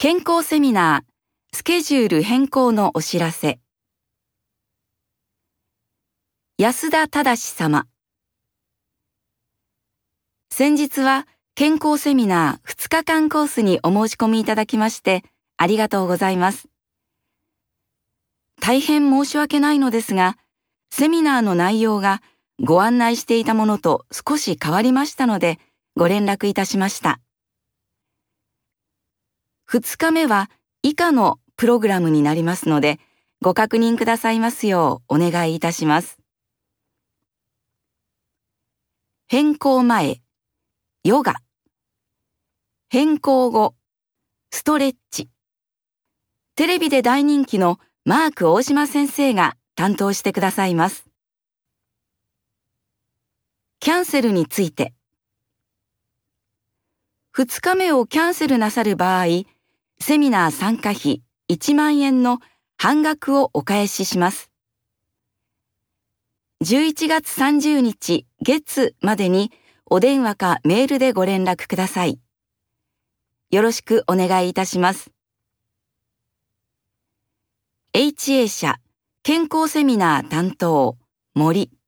健康セミナー、スケジュール変更のお知らせ。安田忠様。先日は健康セミナー2日間コースにお申し込みいただきましてありがとうございます。大変申し訳ないのですが、セミナーの内容がご案内していたものと少し変わりましたのでご連絡いたしました。2日目は以下のプログラムになりますので、ご確認くださいますようお願いいたします。変更前、ヨガ。変更後、ストレッチ。テレビで大人気のマーク大島先生が担当してくださいます。キャンセルについて。2日目をキャンセルなさる場合、セミナー参加費1万円の半額をお返しします。11月30日月までにお電話かメールでご連絡ください。よろしくお願いいたします。HA 社健康セミナー担当森。